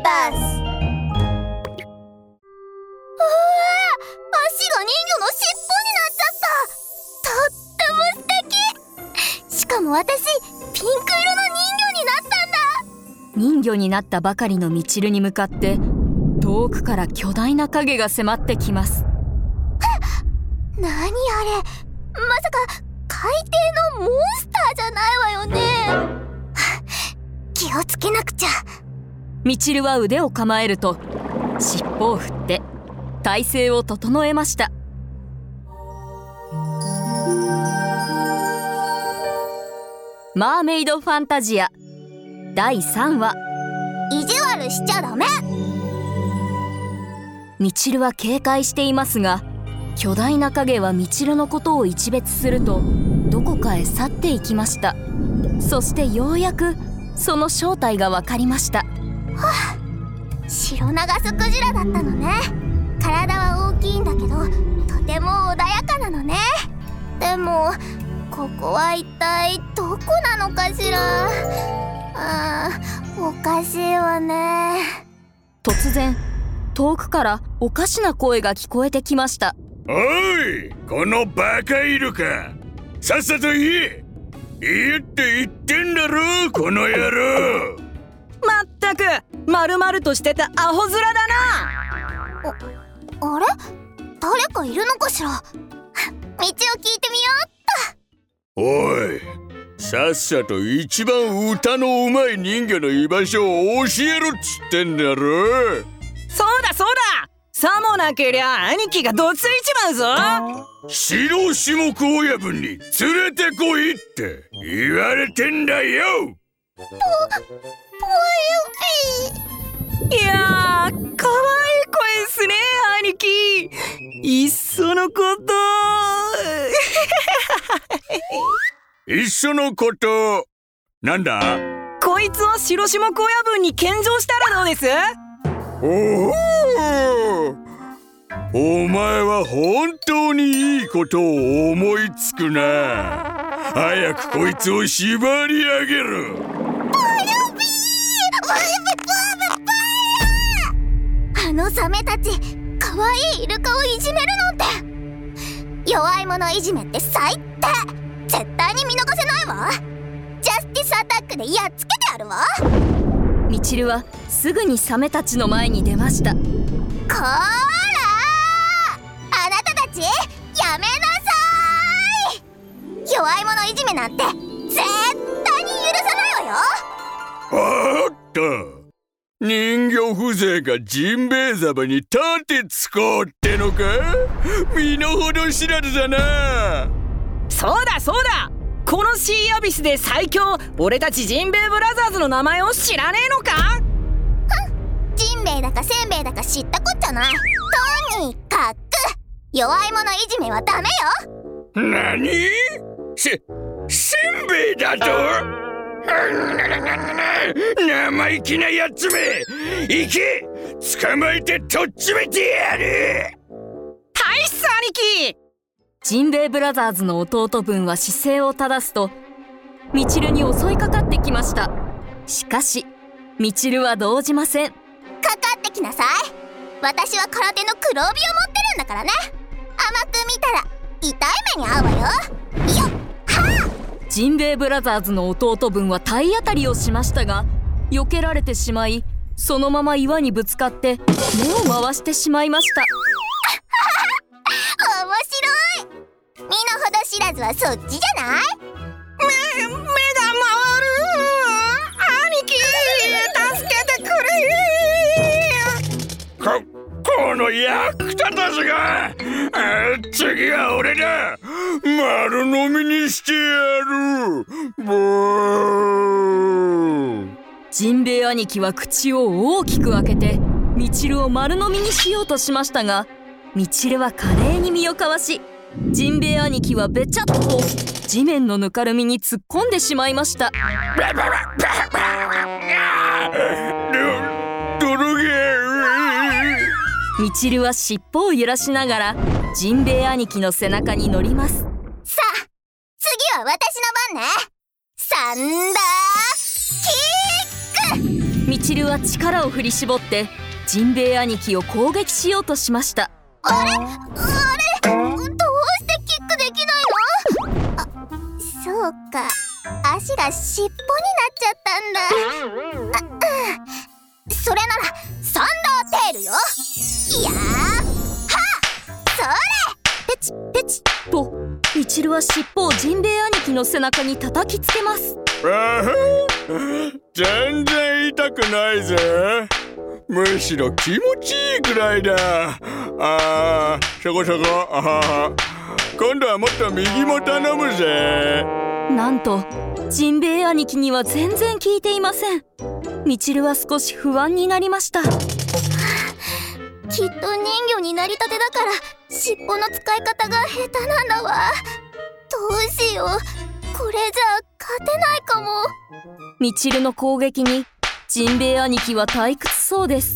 バス。足が人魚の尻尾になっちゃった。とっても素敵。しかも私ピンク色の人魚になったんだ。 人魚になったばかりのみちるに向かって遠くから巨大な影が迫ってきます。 何あれ、まさか海底のモンスターじゃないわよね。気をつけなくちゃ。 みちるは腕を構えると尻尾を振って体勢を整えました。マーメイドファンタジア第3話。 意地悪しちゃダメ。 みちるは警戒していますが、巨大な影はみちるのことを一別するとどこかへ去っていきました。そしてようやくその正体が分かりました。 シロナガスクジラだったのね。体は大きいんだけどとても穏やかなのね。でもここは一体どこなのかしら。おかしいわね。 突然遠くからおかしな声が聞こえてきました。 おい、このバカイルカ、さっさと言え。言えって言ってんだろこの野郎。 まったく丸々としてたアホ面だな。 あれ、誰かいるのかしら。道を聞いてみよおい、さっさと一番歌のうまい人魚の居場所を教えろっつってんだろ。 そうだそうだ、さもなけりゃ兄貴がどついちまうぞ。 白下子親分に連れてこいって言われてんだよ。 ぽゆぴいやー、かわいい声っすね兄貴。いっそのこといっそのことなんだ。 こいつを白下子親分に献上したらどうです？ おお、お前は本当にいいことを思いつくな。早くこいつを縛り上げる。 あのサメたち、かわいいイルカをいじめるなんて。弱い者いじめって最低。絶対に見逃せないわ。ジャスティスアタックでやっつけてやるわ。 みちるはすぐにサメたちの前に出ました。 こーらー、あなたたちやめなさーい。弱い者いじめなんて絶対に許さないわよ。 おっと、人魚風情がジンベエザメに立てつこうってのか。身の程知らずだな。 そうだそうだ、このシーアビスで最強俺たちジンベエブラザーズの名前を知らねえのか。 ジンベエだかせんべいだか知ったこっちゃない。とにかく弱い者いじめはダメよ。 なに？せんべいだと？生意気なやつめ、行け！捕まえてとっちめてやる。 はいっす兄貴。 ジンベエブラザーズの弟分は姿勢を正すとみちるに襲いかかってきました。しかしみちるは動じません。 かかってきなさい。私は空手の黒帯を持ってるんだからね。甘く見たら痛い目に遭うわよ。よっはあ。 ジンベエブラザーズの弟分は体当たりをしましたが避けられてしまい、そのまま岩にぶつかって目を回してしまいました。 面白い。身の程知らずはそっちじゃない？ 目が回る。兄貴助けてくれ。 この役立たずが。次は俺だ。丸飲みにしてやる。ボー。 ジンベエ兄貴は口を大きく開けてみちるを丸飲みにしようとしましたが、みちるは華麗に身をかわし、ジンベエ兄貴はべちゃっと地面のぬかるみに突っ込んでしまいました。みちるは尻尾を揺らしながらジンベエ兄貴の背中に乗ります。 さあ次は私の番ね。サンダーキック。 みちるは力を振り絞ってジンベエ兄貴を攻撃しようとしました。 あれどうしてキックできないの？あ、そうか、足が尻尾になっちゃったんだ。それならサンダーテールよ。いやーはっ、それペチペチとみちるは尻尾をジンベエ兄貴の背中に叩きつけます。 全然痛くないぜ。むしろ気持ちいいくらいだ。そこそこ。今度はもっと右も頼むぜ。 なんとジンベエ兄貴には全然効いていません。みちるは少し不安になりました。 きっと人魚になりたてだから尻尾の使い方が下手なんだわ。どうしよう、これじゃ勝てないかも。 みちるの攻撃にジンベエ兄貴は退屈そうです。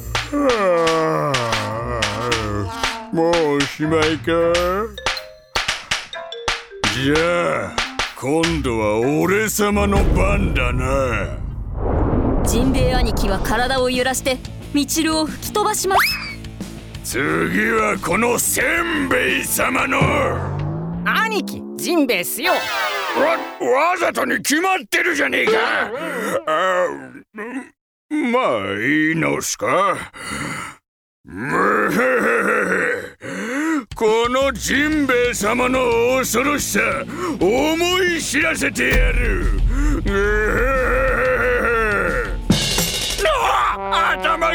もうおしまいか。じゃあ今度は俺様の番だな。 ジンベエ兄貴は体を揺らしてみちるを吹き飛ばします。 次はこのせんべい様の。 兄貴、ジンベエっすよ。 わざとに決まってるじゃねえか。まあいいのすか。このジンベエ様の恐ろしさ思い知らせてやる。頭が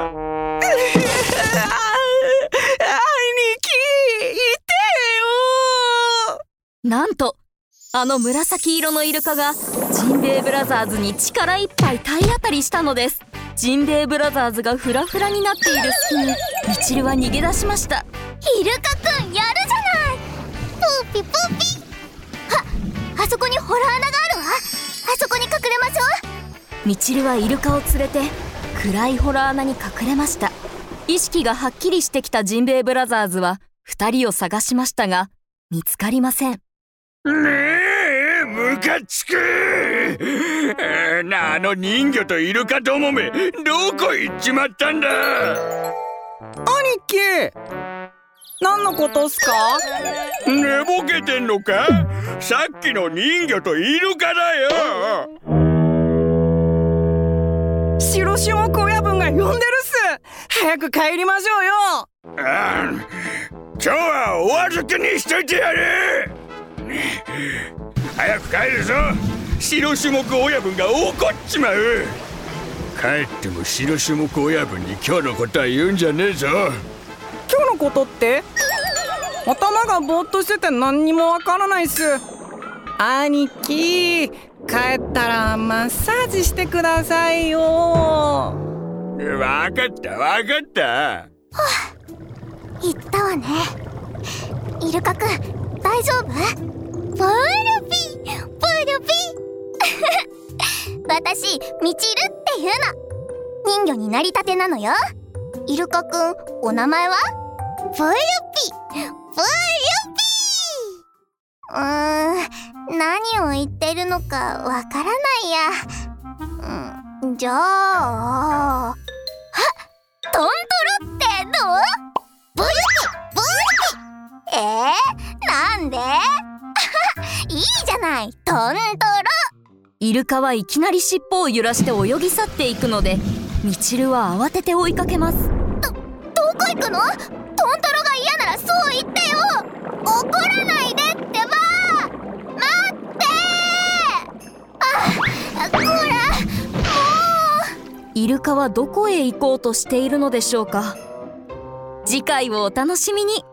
なんとあの紫色のイルカがジンベエブラザーズに力いっぱい体当たりしたのです。ジンベエブラザーズがフラフラになっている隙にみちるは逃げ出しました。 イルカくんやるじゃない。プーピプーピ。あそこにホラー穴があるわ。あそこに隠れましょう。 みちるはイルカを連れて暗いホラー穴に隠れました。意識がはっきりしてきたジンベエブラザーズは2人を探しましたが見つかりません。 ねえ、ムカつく。あの人魚とイルカどもめどこ行っちまったんだ。 兄貴、何のことっすか？ 寝ぼけてんのか？さっきの人魚とイルカだよ。 白下親分が呼んでるっす。早く帰りましょうよ。 今日はお預けにしといてやる。早く帰るぞ。白種目親分が怒っちまう。帰っても白種目親分に今日のことは言うんじゃねえぞ。 今日のことって？頭がぼーっとしてて何にもわからないっす。兄貴、帰ったらマッサージしてくださいよ。 わかったわかった。 言ったわね。イルカくん大丈夫？プールピープールピー私ミチルっていうの。人魚になりたてなのよ。イルカくんお名前は？プールピープールピー。何を言ってるのかわからないや。じゃあトントロってどう？プールピープールピー。なんで？いいじゃない、トントロ。 イルカはいきなり尻尾を揺らして泳ぎ去っていくのでみちるは慌てて追いかけます。 どこ行くの？トントロが嫌ならそう言ってよ。怒らないでってば。待ってこら、もう。 イルカはどこへ行こうとしているのでしょうか。次回をお楽しみに。